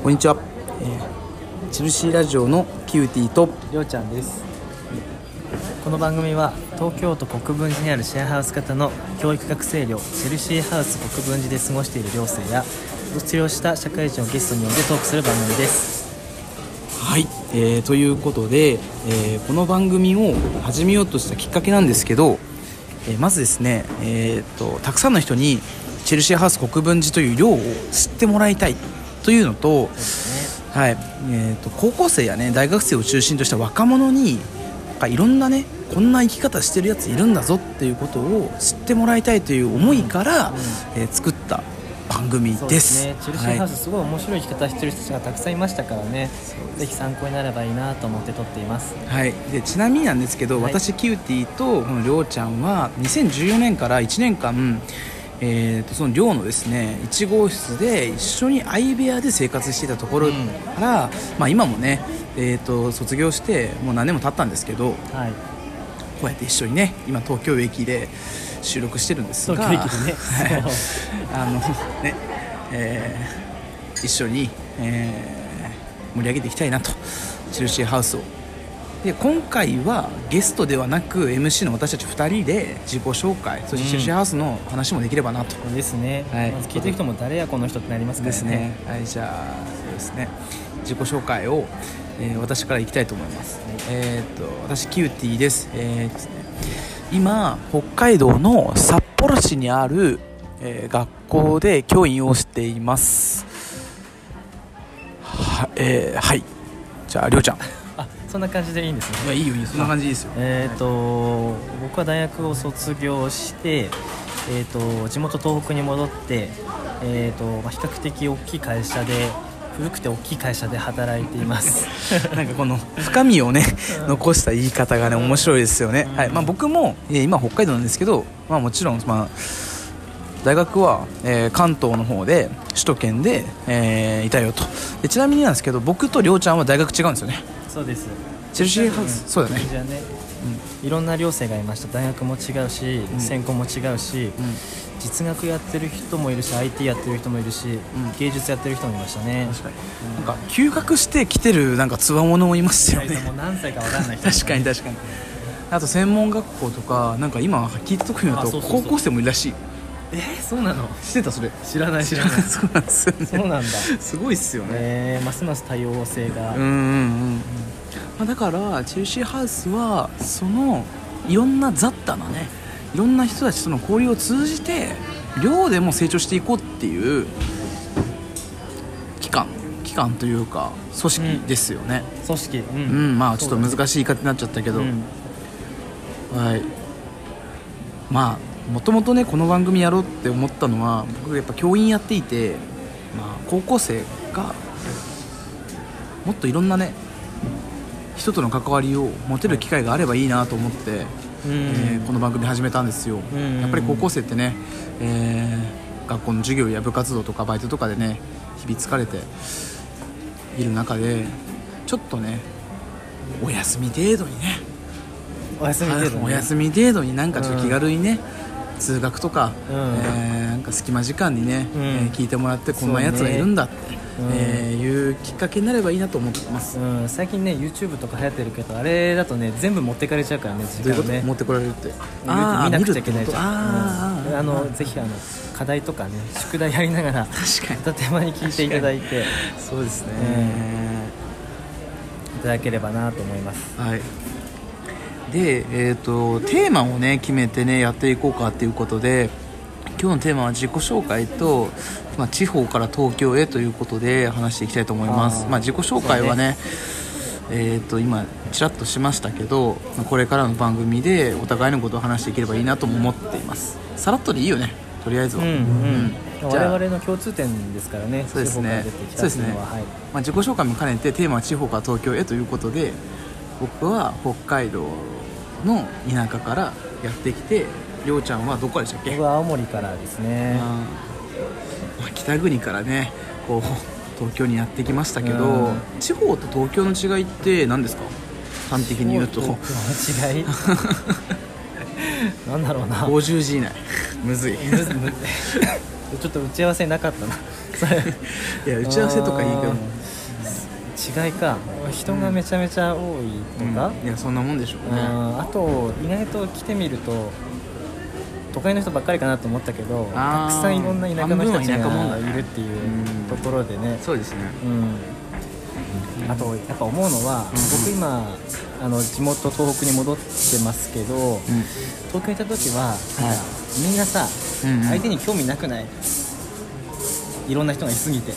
こんにちは、チェルシーラジオのキューティーとりょうちゃんです。この番組は東京都国分寺にあるシェアハウス型の教育学生寮チェルシーハウス国分寺で過ごしている寮生や卒業した社会人をゲストに呼んでトークする番組です。 はい、ということで、この番組を始めようとしたきっかけなんですけど、まずですね、たくさんの人にチェルシーハウス国分寺という寮を知ってもらいたいというのと、はい、高校生やね大学生を中心とした若者にいろんなねこんな生き方してるやついるんだぞっていうことを知ってもらいたいという思いから、作った番組です。 そうですね、チェルシーハウスすごい面白い生き方してる人たちがたくさんいましたからね、ぜひ参考になればいいなと思って撮っています。 はい、でちなみになんですけど、私キューティーとこのりょうちゃんは2014年から1年間その寮のですね1号室で一緒に相部屋で生活していたところから、今もね、卒業してもう何年も経ったんですけど、こうやって一緒にね今東京駅で収録してるんですが、 東京駅でね一緒に、盛り上げていきたいなとチェルシーハウスを。で今回はゲストではなく MC の私たち2人で自己紹介、そしてチェルシーハウスの話もできればなと。 ですね、まず聞いてる人も誰やこの人ってなりますからね。 ですね、はい、じゃあそうですね、自己紹介を、私からいきたいと思います。私キューティーです。ですね、今北海道の札幌市にある、学校で教員をしています。はい、じゃありょうちゃん。 そんな感じでいいんですね。 いやいいよそんな感じでいいですよ。 僕は大学を卒業して、地元東北に戻って、比較的大きい会社で古くて大きい会社で働いていますなんかこの深みをね残した言い方がね面白いですよね。はい、僕も今北海道なんですけど、もちろん大学は、関東の方で首都圏で、いたよと。でちなみになんですけど、僕とりょうちゃんは大学違うんですよね。 そうです。 チェルシーハウス、そうだね。 じゃあね、いろんな寮生がいました。大学も違うし、専攻も違うし、実学やってる人もいるし IT やってる人もいるし、芸術やってる人もいましたね。 確かになんか休学して来てるなんかつわものもいますよね。 もう何歳か分かんない人確かにあと専門学校とかなんか今聞いたところによると高校生もいるらしい。 そうなの？ 知ってた？それ知らないそうなんですよね。 そうなんだ。 すごいっすよね。 ますます多様性が。 だからチェルシーハウスはそのいろんな雑多なねいろんな人たちとの交流を通じて寮でも成長していこうっていう機関というか組織ですよね。 組織、 ちょっと難しい言い方になっちゃったけど、はい。もともとねこの番組やろうって思ったのは、僕やっぱ教員やっていて、高校生がもっといろんなね人との関わりを持てる機会があればいいなと思って、この番組始めたんですよ。やっぱり高校生ってね、学校の授業や部活動とかバイトとかでね日々疲れている中で、ちょっとねお休み程度にねお休み程度になんかちょっと気軽にね、通学とか、なんか隙間時間にね、聞いてもらってこんなやつがいるんだって、いうきっかけになればいいなと思ってます。 最近ね YouTube とか流行ってるけど、あれだとね全部持ってかれちゃうからね、時間ね。 どういうこと？持ってこられるって？ 見なくちゃいけないじゃん。ぜひ課題とかね宿題やりながら片手間に聞いていただいてそうですね、 いただければなと思います。 はい。で、テーマをね決めてねやっていこうかということで、今日のテーマは自己紹介と、地方から東京へということで話していきたいと思います。自己紹介はね今ちらっとしましたけど、これからの番組でお互いのことを話していければいいなとも思っています。さらっとでいいよね、とりあえずは。 我々の共通点ですからね。 そうですね。自己紹介も兼ねてテーマは地方から東京へということで、僕は北海道の田舎からやってきて、りょうちゃんはどこからでしたっけ？ 僕は青森からですね。 北国からねこう東京にやってきましたけど、地方と東京の違いって何ですか？端的に言うと。 地方と東京の違いなんだろうな。 50字以内むずいちょっと打ち合わせなかったないや打ち合わせとかいいけど違いか、人がめちゃめちゃ多いとか、 いやそんなもんでしょうね。 あと意外と来てみると都会の人ばっかりかなと思ったけど、たくさんいろんな田舎の人たちがいるっていうところでね。 そうですね。 あとやっぱ思うのは、僕今地元東北に戻ってますけど、東京にいた時はなんかみんなさ、相手に興味なくない？いろんな人がいすぎて。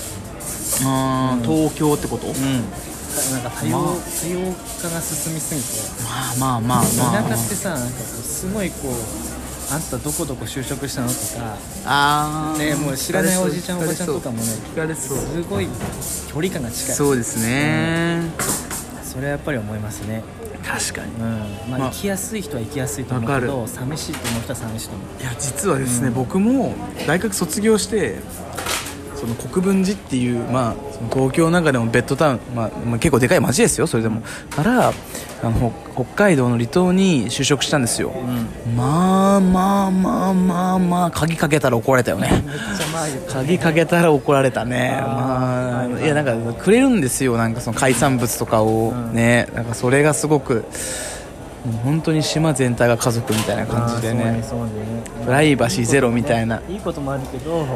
東京ってこと？ なんか多様化が進みすぎて、 まあ田舎ってさ、なんかこうすごいこう、あんたどこどこ就職したのとかね、もう知らないおじちゃんおばちゃんとかもね、 聞かれそう、 すごい距離感が近い。 そうですね、 それはやっぱり思いますね。 確かに、 行きやすい人は行きやすいと思うけど、寂しいと思う人は寂しいと思う。 いや実はですね、僕も大学卒業してその国分寺っていう、その東京の中でもベッドタウン、結構でかい町ですよ。それでもから北海道の離島に就職したんですよ。まあ鍵かけたら怒られたよね。鍵かけたら怒られたね。いやなんかくれるんですよ、なんかその海産物とかをね、なんかそれがすごくもう本当に島全体が家族みたいな感じでね、プライバシーゼロみたいな。 いいこともあるけど、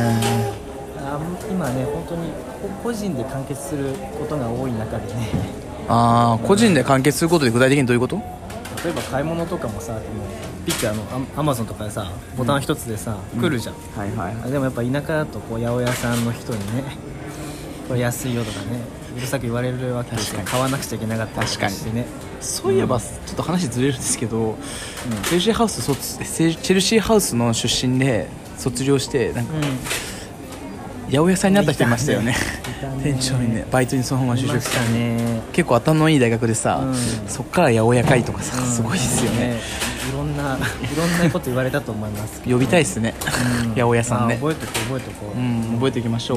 今ね本当に個人で完結することが多い中でね。 個人で完結することで具体的にどういうこと？ 例えば買い物とかもさ、ピッてアマゾンとかでさ、ボタン一つでさ、来るじゃん。でもやっぱ田舎だとこう八百屋さんの人にね、これ安いよとかね、うるさく言われるわけですよ。買わなくちゃいけなかったりしてね。 そういえば、ちょっと話ずれるんですけど、チェルシーハウスの出身で卒業してなんか、八百屋さんになった人いましたよね。店長にね、バイトにそのまま就職したね。結構頭のいい大学でさ、そっから八百屋会とかさ、すごいですよね。 いろんなこと言われたと思いますけど、 呼びたいですね、八百屋さんね。 覚えておこう。 覚えておきましょう。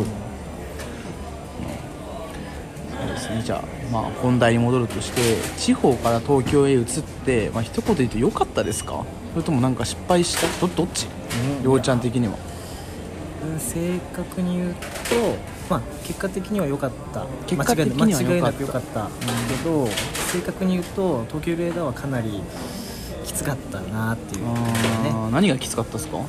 そうですね。じゃあ、本題に戻るとして、地方から東京へ移って、一言言うと良かったですか？それともなんか失敗した？どっち？りょうちゃん的には。 正確に言うと、結果的には良かった。 間違いなく良かったけど、正確に言うと東京レーダーはかなりきつかったなっていう、ね。 何がきつかったですか？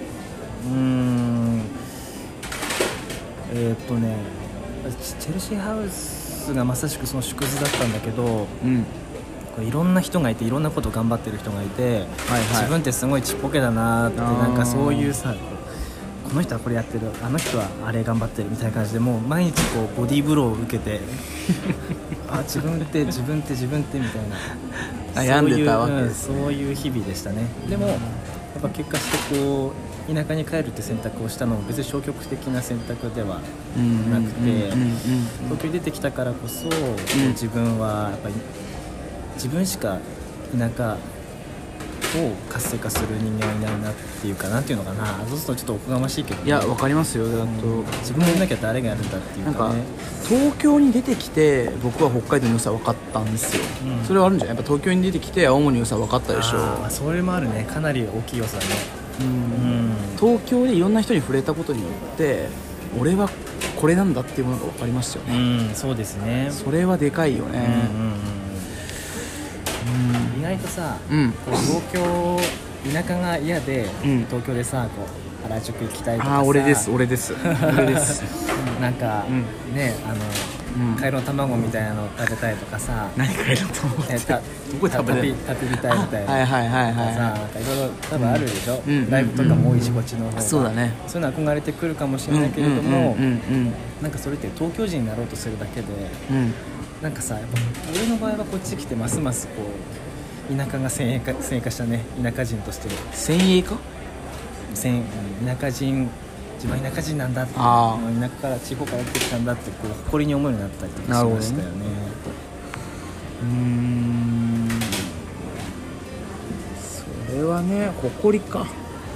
チェルシーハウスがまさしくその縮図だったんだけど、いろんな人がいて、いろんなこと頑張ってる人がいて、自分ってすごいちっぽけだなって、なんかそういうさ、この人はこれやってる、あの人はあれ頑張ってるみたいな感じで、もう毎日こうボディーブローを受けて自分ってみたいな悩んでたわけです、 そういう日々でしたね。でもやっぱ結果してこう田舎に帰るって選択をしたのも別に消極的な選択ではなくて、東京に出てきたからこそ、自分はやっぱり自分しか田舎を活性化する人間はいないなっていうか、なんていうのかな、そうするとちょっとおこがましいけど、ね、 いやわかりますよ。 自分でやんなきゃ誰がやるんだっていうかね。 なんか東京に出てきて僕は北海道の良さ分かったんですよ、それはあるんじゃない？やっぱ東京に出てきて青森の良さ分かったでしょ。 それもあるね。かなり大きい良さね。 東京でいろんな人に触れたことによって俺はこれなんだっていうものが分かりましたよね。 そうですね。 それはでかいよね。 意外とさ、東京田舎が嫌で、東京でさこう原宿行きたいとかさ、 俺ですなんか、ねカエルの卵みたいなの食べたいとかさ、 何カエルの卵ってどこで食べれる？ 食べみたいみたいなさ、なんかいろいろ多分あるでしょ。ライブとかも多いし、こっちの方が。そうだね。そういうの憧れてくるかもしれないけれども、なんかそれって東京人になろうとするだけで、なんかさ、やっぱ俺の場合はこっち来てますますこう田舎が先鋭化したね。田舎人として先鋭化？ 田舎人、自分は田舎人なんだって、田舎から地方から出てきたんだってこう誇りに思うようになったりとかしましたよね。 それはね、誇りか。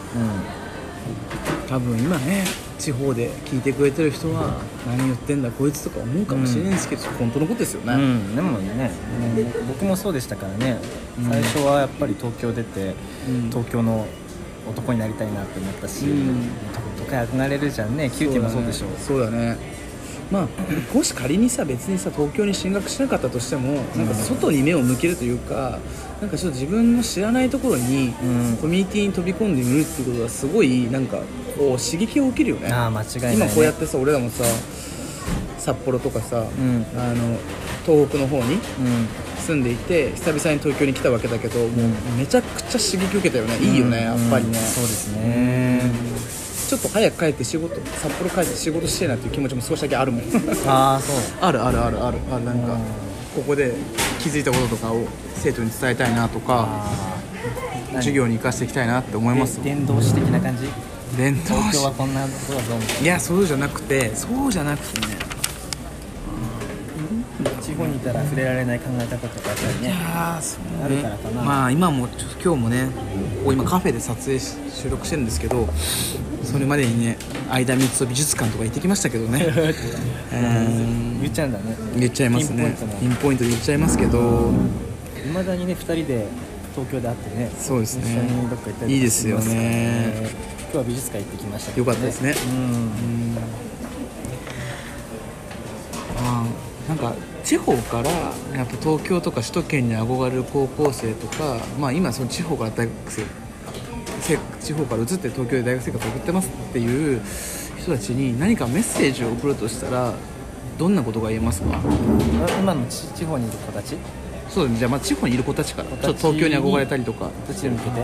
多分今ね地方で聞いてくれてる人は何言ってんだこいつとか思うかもしれないですけど、本当のことですよね。 でもね、僕もそうでしたからね。最初はやっぱり東京出て、東京の男になりたいなって思ったし、 回憧れるじゃんね。キューティーもそうでしょ。 そうだね。まあもし仮にさ別にさ東京に進学しなかったとしてもなんか外に目を向けるというか、なんかちょっと自分の知らないところにコミュニティに飛び込んでみるっていうことがすごいなんかこう刺激を受けるよね。 間違いないね。 今こうやってさ俺らもさ札幌とかさ、東北の方に住んでいて久々に東京に来たわけだけど、もうめちゃくちゃ刺激受けたよね。いいよね、やっぱりね。 そうですね。 ちょっと早く帰って札幌帰って仕事してえなっていう気持ちも少しだけあるもん。 そうあるなんかここで気づいたこととかを生徒に伝えたいなとか授業に生かしていきたいなって思います。 伝道師的な感じ。東京はこんなとこだぞみたいな。 いやそうじゃなくてね、 地方にいたら触れられない考え方とかやっぱりねあるからかな。 まあ今も今日もね今カフェで撮影収録してるんですけど、それまでにね相田光雄美術館とか行ってきましたけどね言っちゃうんだね。 言っちゃいますね。ピンポイントで言っちゃいますけど、 未だにね2人で東京で会ってね。そうですね。一緒にどっか行ったりとかいいですよね。 今日は美術館行ってきましたけどね。よかったですね。なんか地方からやっぱ東京とか首都圏に憧れる高校生とか、今その地方から移って東京で大学生活を送ってますっていう人たちに何かメッセージを送るとしたらどんなことが言えますか？ 今の地方にいる子たち？ そうですね。じゃあ地方にいる子たちからちょっと東京に憧れたりとかどっちに向けて？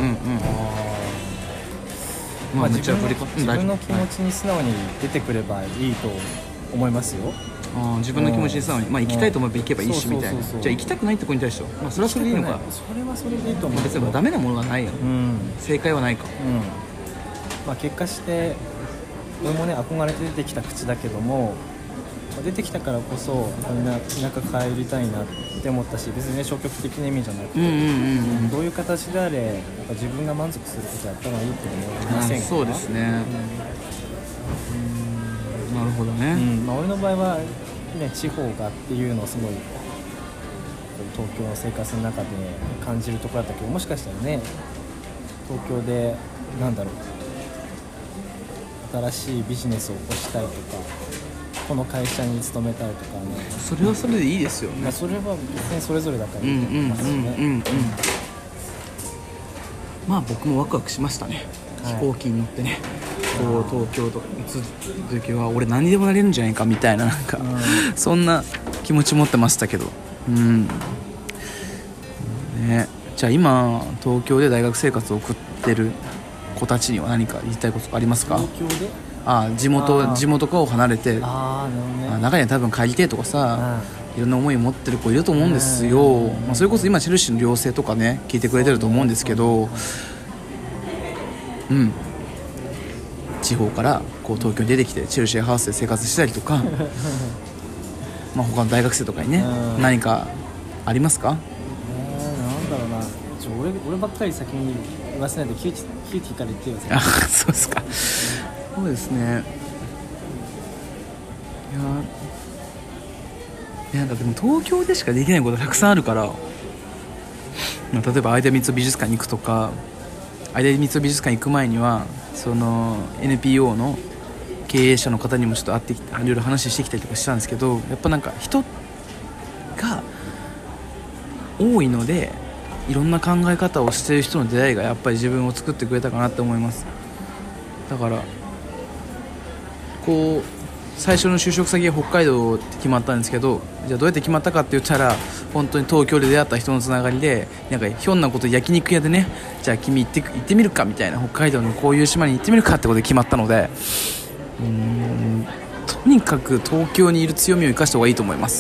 自分の気持ちに素直に出てくればいいと思いますよ。 自分の気持ちに素直に、行きたいと思えば行けばいいしみたいな。じゃあ行きたくないって子に対しては、それはそれでいいのか。 それはそれでいいと思う。 別にダメなものはないよ、正解はないか。 結果して俺もね憧れて出てきた口だけども、出てきたからこそみんな田舎帰りたいなって思ったし、別にね消極的な意味じゃなくて、どういう形であれやっぱ自分が満足することやった方がいいって思いませんか？ そうですね。なるほどね。 俺の場合はね、地方がっていうのをすごい東京の生活の中で感じるところだったけど、もしかしたらね東京で新しいビジネスを起こしたいとか、この会社に勤めたいとかね、 それはそれでいいですよね。 それは別にそれぞれだからいいと思いますよね。 僕もワクワクしましたね、飛行機に乗ってねこう東京とかに移る時は俺何にでもなれるんじゃないかみたいな、そんな気持ち持ってましたけど、じゃあ今東京で大学生活を送ってる子たちには何か言いたいことありますか？ 東京で地元からを離れて、中には多分帰りてえとかさ、いろんな思いを持ってる子いると思うんですよ。それこそ今チェルシーの寮生とかね聞いてくれてると思うんですけど、地方からこう東京に出てきてチェルシーハウスで生活したりとか他の大学生とかにね、何かありますか？ なんだろうな、俺ばっかり先に言わせないでキューティーから言ってよ。 そうですか。そうですね。いやでも東京でしかできないことたくさんあるから、例えば相田光雄美術館に行くとか、相田光雄美術館に行く前にはその NPO の経営者の方にもちょっと会ってきていろいろ話してきたりとかしたんですけど、やっぱ人が多いのでいろんな考え方をしている人の出会いがやっぱり自分を作ってくれたかなって思います。だからこう最初の就職先が北海道って決まったんですけど、じゃあどうやって決まったかって言ったら本当に東京で出会った人のつながりで、ひょんなこと焼肉屋でね、じゃあ君行ってみるかみたいな、北海道のこういう島に行ってみるかってことで決まったので、とにかく東京にいる強みを生かした方がいいと思います。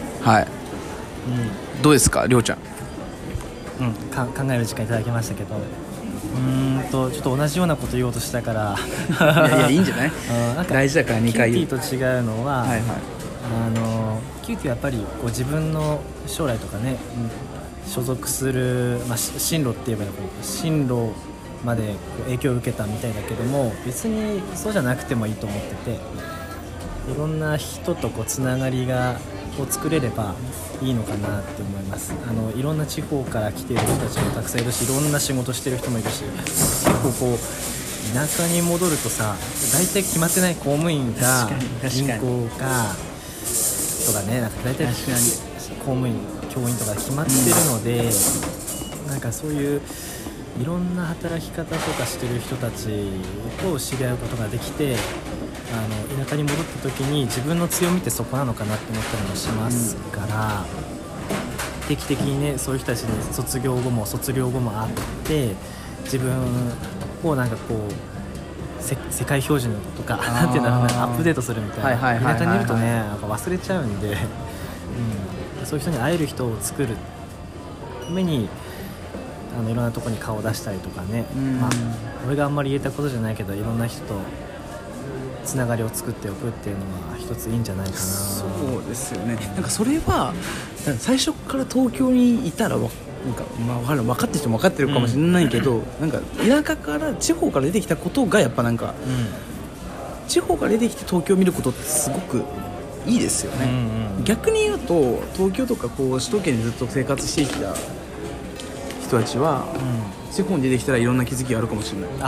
どうですか、りょうちゃん？ 考える時間いただきましたけど、ちょっと同じようなこと言おうとしたからいやいいんじゃない？大事だから2回言う。 キューティーと違うのは、キューティーはやっぱりこう自分の将来とかね、所属する、進路って言えばいいのかな、進路まで影響を受けたみたいだけども、別にそうじゃなくてもいいと思ってて、いろんな人とつながりを作れればいいのかなって思います。いろんな地方から来ている人たちもたくさんいるし、いろんな仕事してる人もいるし、結構田舎に戻るとさ大体決まってない公務員か銀行かとかね、なんか大体公務員教員とか決まってるので、なんかそういういろんな働き方とかしてる人たちと知り合うことができて、田舎に戻った時に自分の強みってそこなのかなって思ったりもしますから、定期的にねそういう人たちに卒業後も会って自分をなんかこう世界標準とかなんていうんだろうね、アップデートするみたいな、田舎にいるとねなんか忘れちゃうんで、そういう人に会える人を作るためにいろんなところに顔を出したりとかね、俺があんまり言えたことじゃないけどいろんな人とつながりを作っておくっていうのは一ついいんじゃないかな。 そうですよね。なんかそれは最初から東京にいたらなんか、分かってる人も分かってるかもしれないけど、なんか田舎から地方から出てきたことがやっぱなんか、地方から出てきて東京を見ることってすごくいいですよね。逆に言うと東京とかこう首都圏にずっと生活してきた人たちは、地方に出てきたらいろんな気づきがあるかもしれない。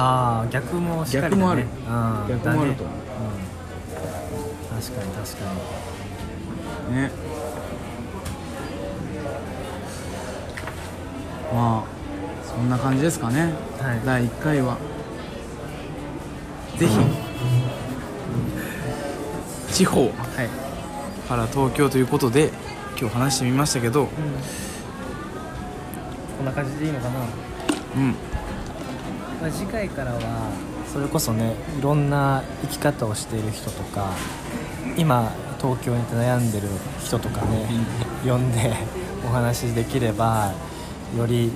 逆もしっかりだね。 逆もあると思う、 確かにね。まあそんな感じですかね、第1回はぜひ、地方から東京ということで今日話してみましたけど、 こんな感じでいいのかな。次回からはそれこそねいろんな生き方をしている人とか今東京に悩んでる人とかね呼んでお話しできればより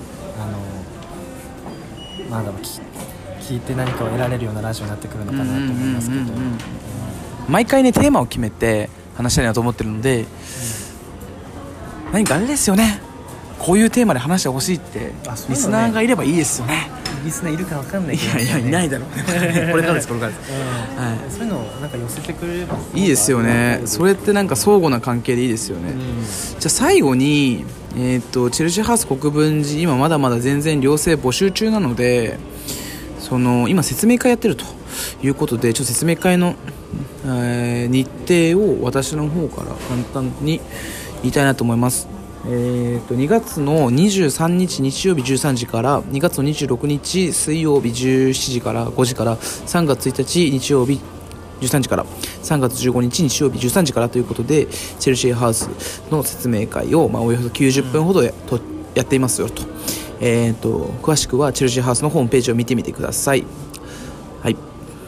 聞いて何かを得られるようなラジオになってくるのかなと思いますけど、 毎回ねテーマを決めて話したいなと思ってるので、何かあれですよね、こういうテーマで話してほしいってリスナーがいればいいですよね。 リスナーいるか分かんないけど、 いやいないだろうねこれからです、 そういうのをなんか寄せてくれればいいですよね。それってなんか相互な関係でいいですよね。じゃあ最後に、チェルシーハウス国分寺今まだまだ全然寮生募集中なので、今説明会やってるということで、ちょっと説明会の、日程を私の方から簡単に言いたいなと思います。2月の23日日曜日13時から2月の26日水曜日17時から5時から3月1日日曜日13時から3月15日日曜日13時からということで、チェルシーハウスの説明会を、およそ90分ほどやっていますよと。詳しくはチェルシーハウスのホームページを見てみてください。はい、い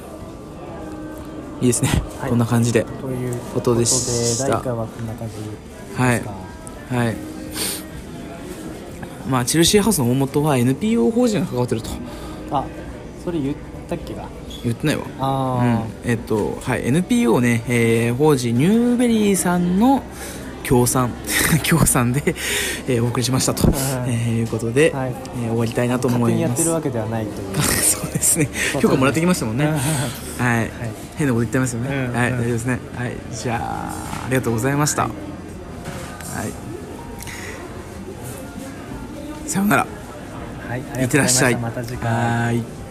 いですね、こんな感じでということでした。 第1回はこんな感じですか。 チェルシーハウスの大元は NPO 法人が関わってると。 それ言ったっけが言ってないわ。NPO ね、法人ニューベリーさんの協賛で、お送りしましたと、いうことで、終わりたいなと思います。 勝手にやってるわけではないというそうですね、許可もらってきましたもんね変なこと言ってますよね。大丈夫ですね。じゃあありがとうございました。さようなら。 いってらっしゃい。また次回。